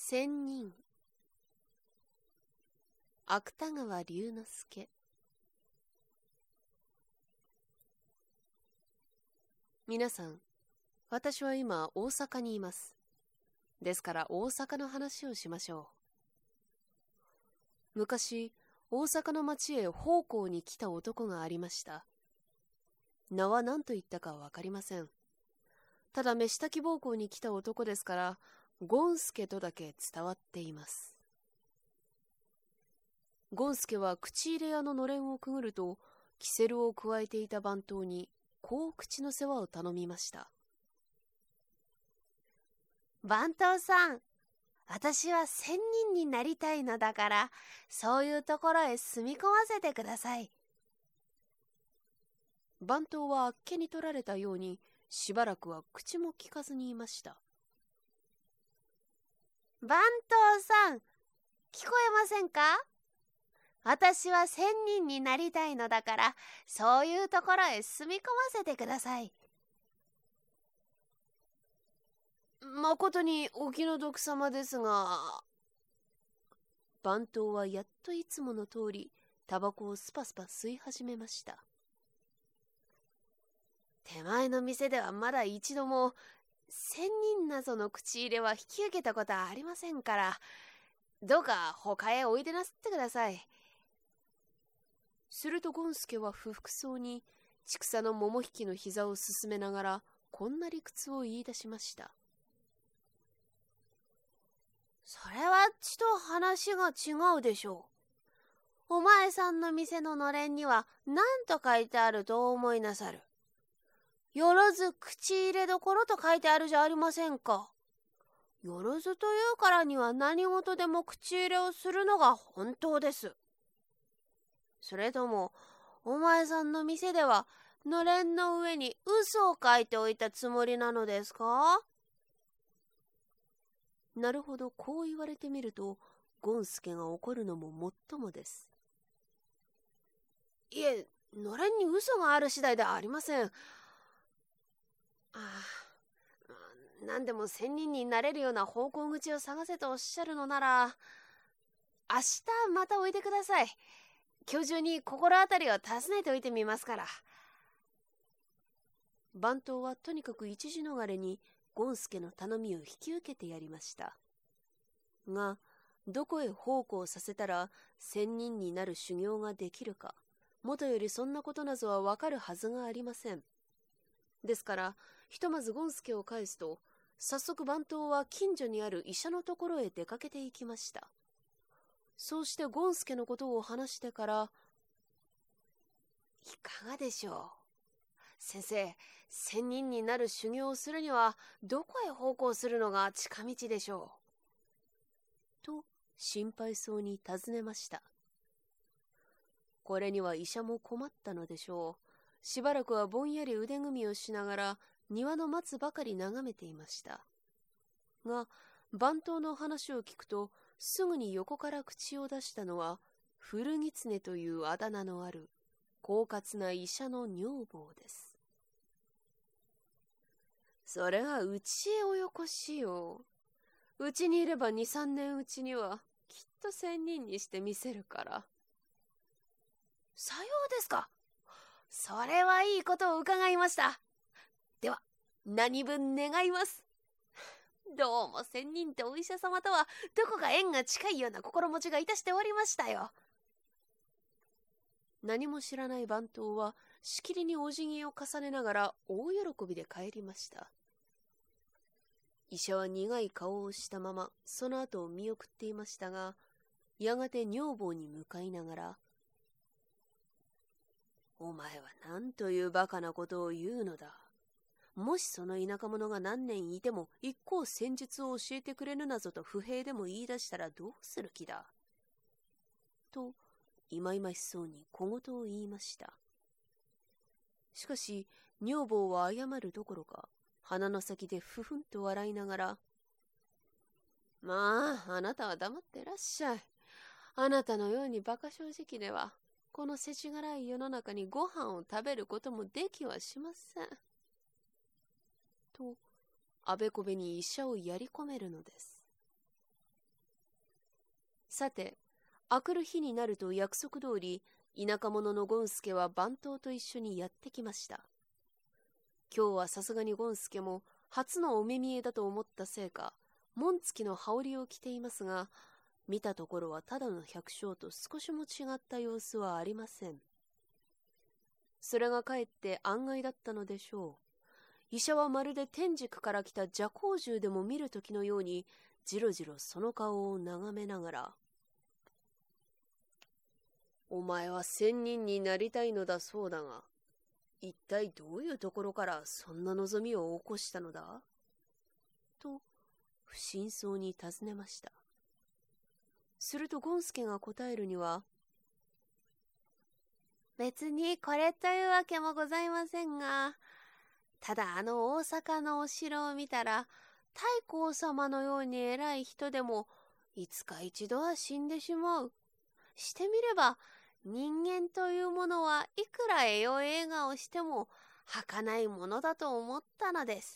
仙人芥川龍之介。皆さん、私は今大阪にいます。ですから大阪の話をしましょう。昔、大阪の町へ奉公に来た男がありました。名は何と言ったかわかりません。ただ飯炊き奉公に来た男ですから、ゴンスケとだけ伝わっています。ゴンスケは口入れ屋ののれんをくぐると、キセルを加えていた番頭に、こう口の世話を頼みました。 番頭さん、私は仙人になりたいのだから、そういうところへ住み込ませてください。 番頭はあっけに取られたように、しばらくは口も聞かずにいました。 番頭さん、聞こえませんか？私は仙人になりたいのだから、そういうところへ住み込ませてください。 まことにお気の毒様ですが、番頭はやっといつもの通り、タバコをスパスパ吸い始めました。 手前の店ではまだ一度も仙人謎の口入れは引き受けたことはありませんから、どうか他へおいでなすってください。 するとゴンスケは不服そうに千草の桃引きの膝を進めながらこんな理屈を言い出しました。 それはちと話が違うでしょう。お前さんの店ののれんには何と書いてあると思いなさる。よろず口入れどころと書いてあるじゃありませんか。よろずというからには何事でも口入れをするのが本当です。それともお前さんの店ではのれんの上に嘘を書いておいたつもりなのですか？ なるほど、こう言われてみるとゴンスケが怒るのももっともです。 いえ、のれんに嘘がある次第ではありません。何でも仙人になれるような奉公口を探せとおっしゃるのなら、明日またおいでください。今日中に心当たりを尋ねておいてみますから。 番頭はとにかく一時逃れにゴンスケの頼みを引き受けてやりました。が、どこへ奉公させたら仙人になる修行ができるか、もとよりそんなことなぞはわかるはずがありません。ですから、ひとまずゴンスケを返すと、早速番頭は近所にある医者のところへ出かけていきました。そうしてゴンスケのことを話してから、 いかがでしょう。先生、仙人になる修行をするにはどこへ奉公するのが近道でしょう。と心配そうに尋ねました。これには医者も困ったのでしょう。しばらくはぼんやり腕組みをしながら庭の松ばかり眺めていました。が、番頭の話を聞くと、すぐに横から口を出したのは、古狐というあだ名のある、狡猾な医者の女房です。それはうちへおよこしよう。うちにいれば2、3年うちには、きっと仙人にしてみせるから。 さようですか。それはいいことを伺いました。では、何分願います。どうも仙人とお医者様とはどこか縁が近いような心持ちがいたしておりましたよ。 何も知らない番頭はしきりにお辞儀を重ねながら大喜びで帰りました。医者は苦い顔をしたままその後を見送っていましたが、やがて女房に向かいながら、お前は何というバカなことを言うのだ。もしその田舎者が何年いても一向戦術を教えてくれぬなぞと不平でも言い出したらどうする気だ。と、いまいましそうに小言を言いました。しかし、女房は謝るどころか、鼻の先でふふんと笑いながら、まあ、あなたは黙ってらっしゃい。あなたのように馬鹿正直では、この世知辛い世の中にご飯を食べることもできはしません。と、あべこべに医者をやり込めるのです。 さて、明くる日になると約束通り、田舎者のゴンスケは番頭と一緒にやってきました。今日はさすがにゴンスケも初のお目見えだと思ったせいか、紋付きの羽織を着ていますが、見たところはただの百姓と少しも違った様子はありません。それがかえって案外だったのでしょう。医者はまるで天竺から来た蛇行獣でも見るときのように、じろじろその顔を眺めながら、お前は仙人になりたいのだそうだが、一体どういうところからそんな望みを起こしたのだと、不審そうに尋ねました。するとゴンスケが答えるには、 別にこれというわけもございませんが、ただ大阪のお城を見たら、太閤様のように偉い人でも、いつか一度は死んでしまう。してみれば、人間というものはいくら栄養映画をしても、儚いものだと思ったのです。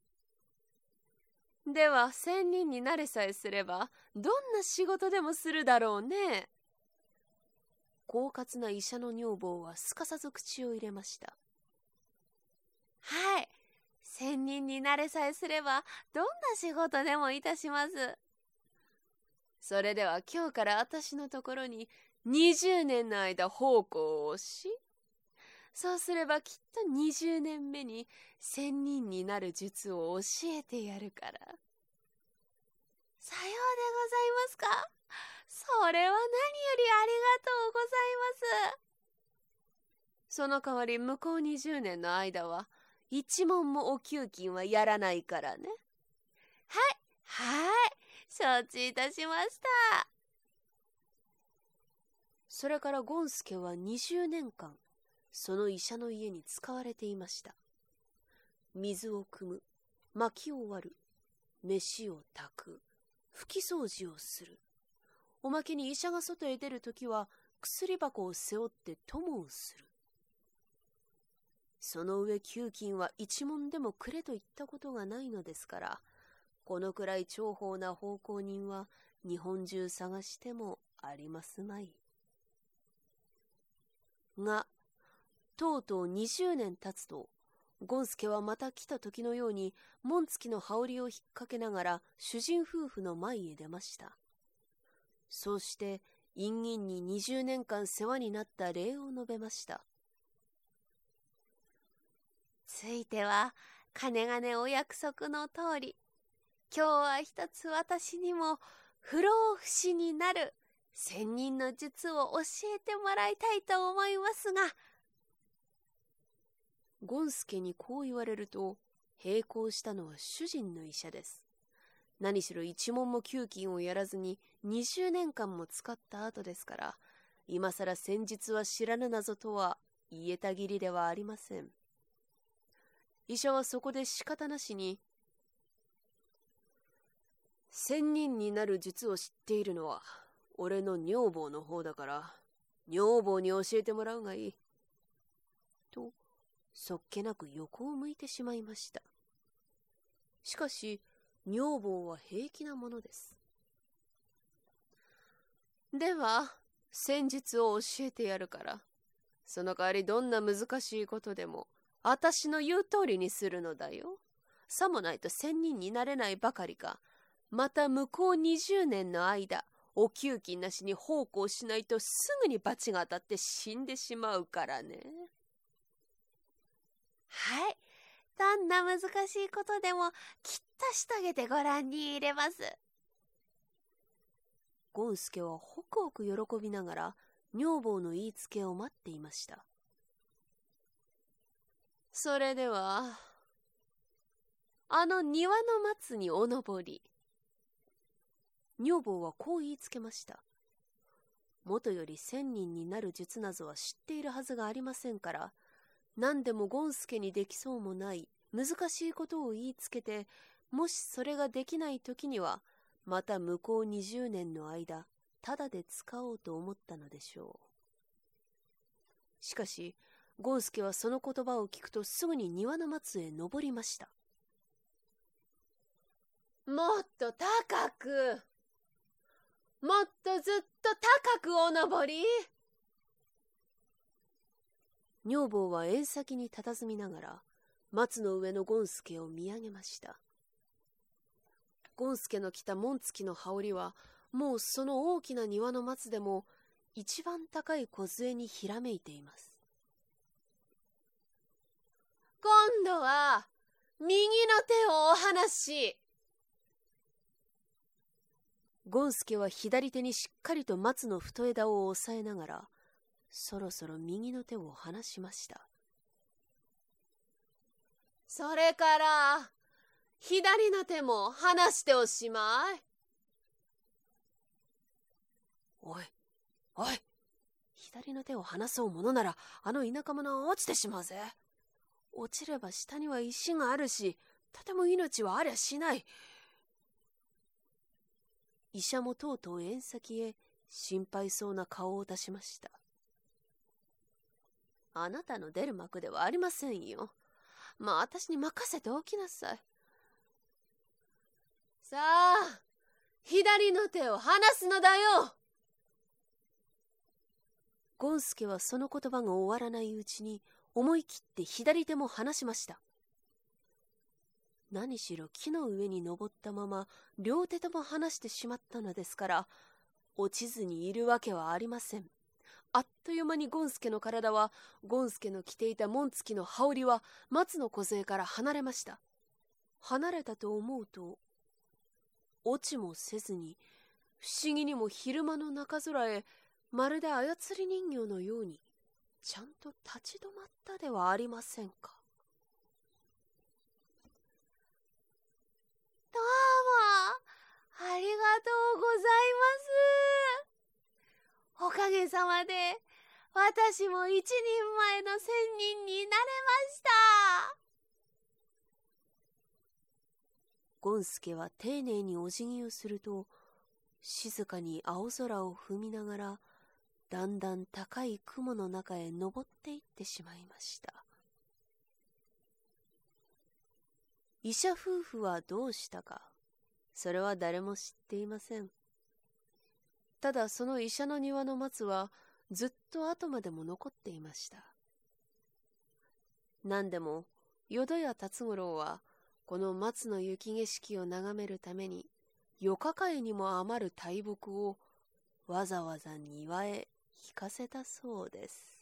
では仙人になれさえすればどんな仕事でもするだろうね。狡猾な医者の女房はすかさず口を入れました。 はい、仙人になれさえすればどんな仕事でもいたします。 それでは今日から私のところに20年の間奉公をし、そうすればきっと20年目に仙人になる術を教えてやるから。 さようでございますか。それは何よりありがとうございます。 その代わり向こう20年の間は一文もお給金はやらないからね。 はい、承知いたしました。 それからゴンスケは20年間その医者の家に使われていました。水を汲む、薪を割る、飯を炊く、拭き掃除をする。おまけに医者が外へ出るときは薬箱を背負って友をする。その上給金は一文でもくれと言ったことがないのですから、このくらい重宝な奉公人は日本中探してもありますまい。が、とうとう20年経つと、ゴンスケはまた来た時のように紋付きの羽織を引っ掛けながら主人夫婦の前へ出ました。そうして陰銀に20年間世話になった礼を述べました。 ついてはかねがねお約束の通り、今日は一つ私にも不老不死になる仙人の術を教えてもらいたいと思いますが。 ゴンスケにこう言われると、並行したのは主人の医者です。何しろ一文も給金をやらずに20年間も使った後ですから、今さら戦術は知らぬなぞとは言えたぎりではありません。医者はそこで仕方なしに、仙人になる術を知っているのは俺の女房の方だから、女房に教えてもらうがいい。と、そっけなく横を向いてしまいました。しかし、女房は平気なものです。では、戦術を教えてやるから、その代わりどんな難しいことでも、私の言う通りにするのだよ。さもないと仙人になれないばかりか、また向こう20年の間、お給金なしに奉公しないとすぐに罰が当たって死んでしまうからね。 はい、どんな難しいことでもきっとし遂げてご覧に入れます。 ゴンスケはホクホク喜びながら女房の言いつけを待っていました。それでは、あの庭の松にお登り。女房はこう言いつけました。もとより仙人になる術などは知っているはずがありませんから、何でもゴンスケにできそうもない難しいことを言いつけて、もしそれができない時にはまた向こう20年の間ただで使おうと思ったのでしょう。しかしゴンスケはその言葉を聞くとすぐに庭の松へ登りました。 もっと高く、 もっとずっと高くお登り。 女房は縁先に佇みながら松の上の権助を見上げました。権助の着た紋付きの羽織はもうその大きな庭の松でも一番高い梢にひらめいています。 今度は右の手をお離し。 権助は左手にしっかりと松の太枝を押さえながらそろそろ右の手を離しました。 それから左の手も離しておしまい。 おいおい、左の手を離そうものならあの田舎者は落ちてしまうぜ。落ちれば下には石があるし、とても命はありゃしない。医者もとうとう縁先へ心配そうな顔を出しました。あなたの出る幕ではありませんよ。まあ私に任せておきなさい。 さあ、左の手を離すのだよ。 権助はその言葉が終わらないうちに思い切って左手も離しました。何しろ木の上に登ったまま両手とも離してしまったのですから落ちずにいるわけはありません。あっという間に権助の体は権助の着ていた紋付きの羽織は松の梢から離れました。離れたと思うと落ちもせずに不思議にも昼間の中空へまるで操り人形のようにちゃんと立ち止まったではありませんか。 どうもありがとうございます。おかげさまで私も一人前の仙人になれました。 権助は丁寧にお辞儀をすると静かに青空を踏みながらだんだん高い雲の中へ登っていってしまいました。医者夫婦はどうしたか、それは誰も知っていません。ただその医者の庭の松はずっと後までも残っていました。何でも淀屋辰五郎はこの松の雪景色を眺めるために夜かかいにも余る大木をわざわざ庭へ引かせたそうです。